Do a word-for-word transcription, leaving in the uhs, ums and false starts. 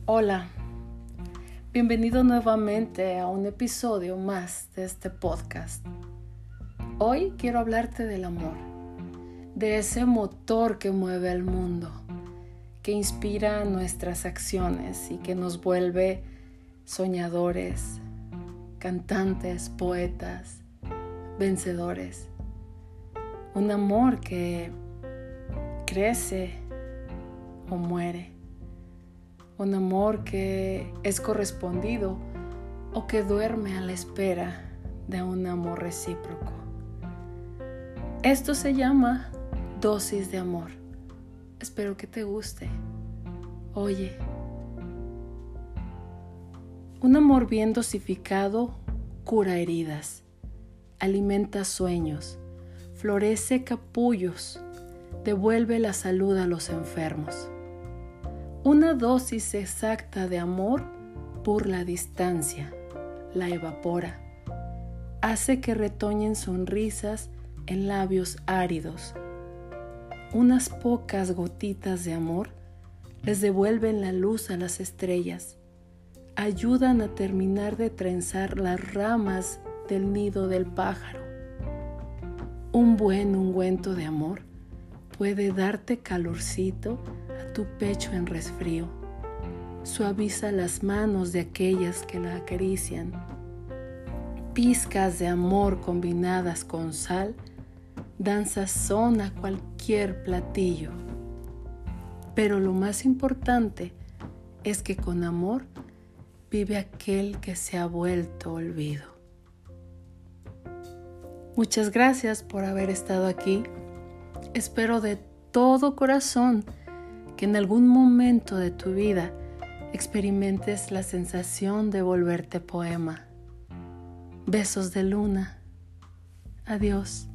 Hola, bienvenido nuevamente a un episodio más de este podcast. Hoy quiero hablarte del amor, de ese motor que mueve al mundo, que inspira nuestras acciones y que nos vuelve soñadores, cantantes, poetas, vencedores. Un amor que crece o muere. Un amor que es correspondido o que duerme a la espera de un amor recíproco. Esto se llama dosis de amor. Espero que te guste. Oye, un amor bien dosificado cura heridas, alimenta sueños, florece capullos, devuelve la salud a los enfermos. Una dosis exacta de amor burla distancia, la evapora, hace que retoñen sonrisas en labios áridos. Unas pocas gotitas de amor les devuelven la luz a las estrellas, ayudan a terminar de trenzar las ramas del nido del pájaro. Un buen ungüento de amor puede darte calorcito a tu pecho en resfrío. Suaviza las manos de aquellas que la acarician. Pizcas de amor combinadas con sal dan sazón a cualquier platillo. Pero lo más importante es que con amor vive aquel que se ha vuelto olvido. Muchas gracias por haber estado aquí. Espero de todo corazón que en algún momento de tu vida experimentes la sensación de volverte poema. Besos de luna. Adiós.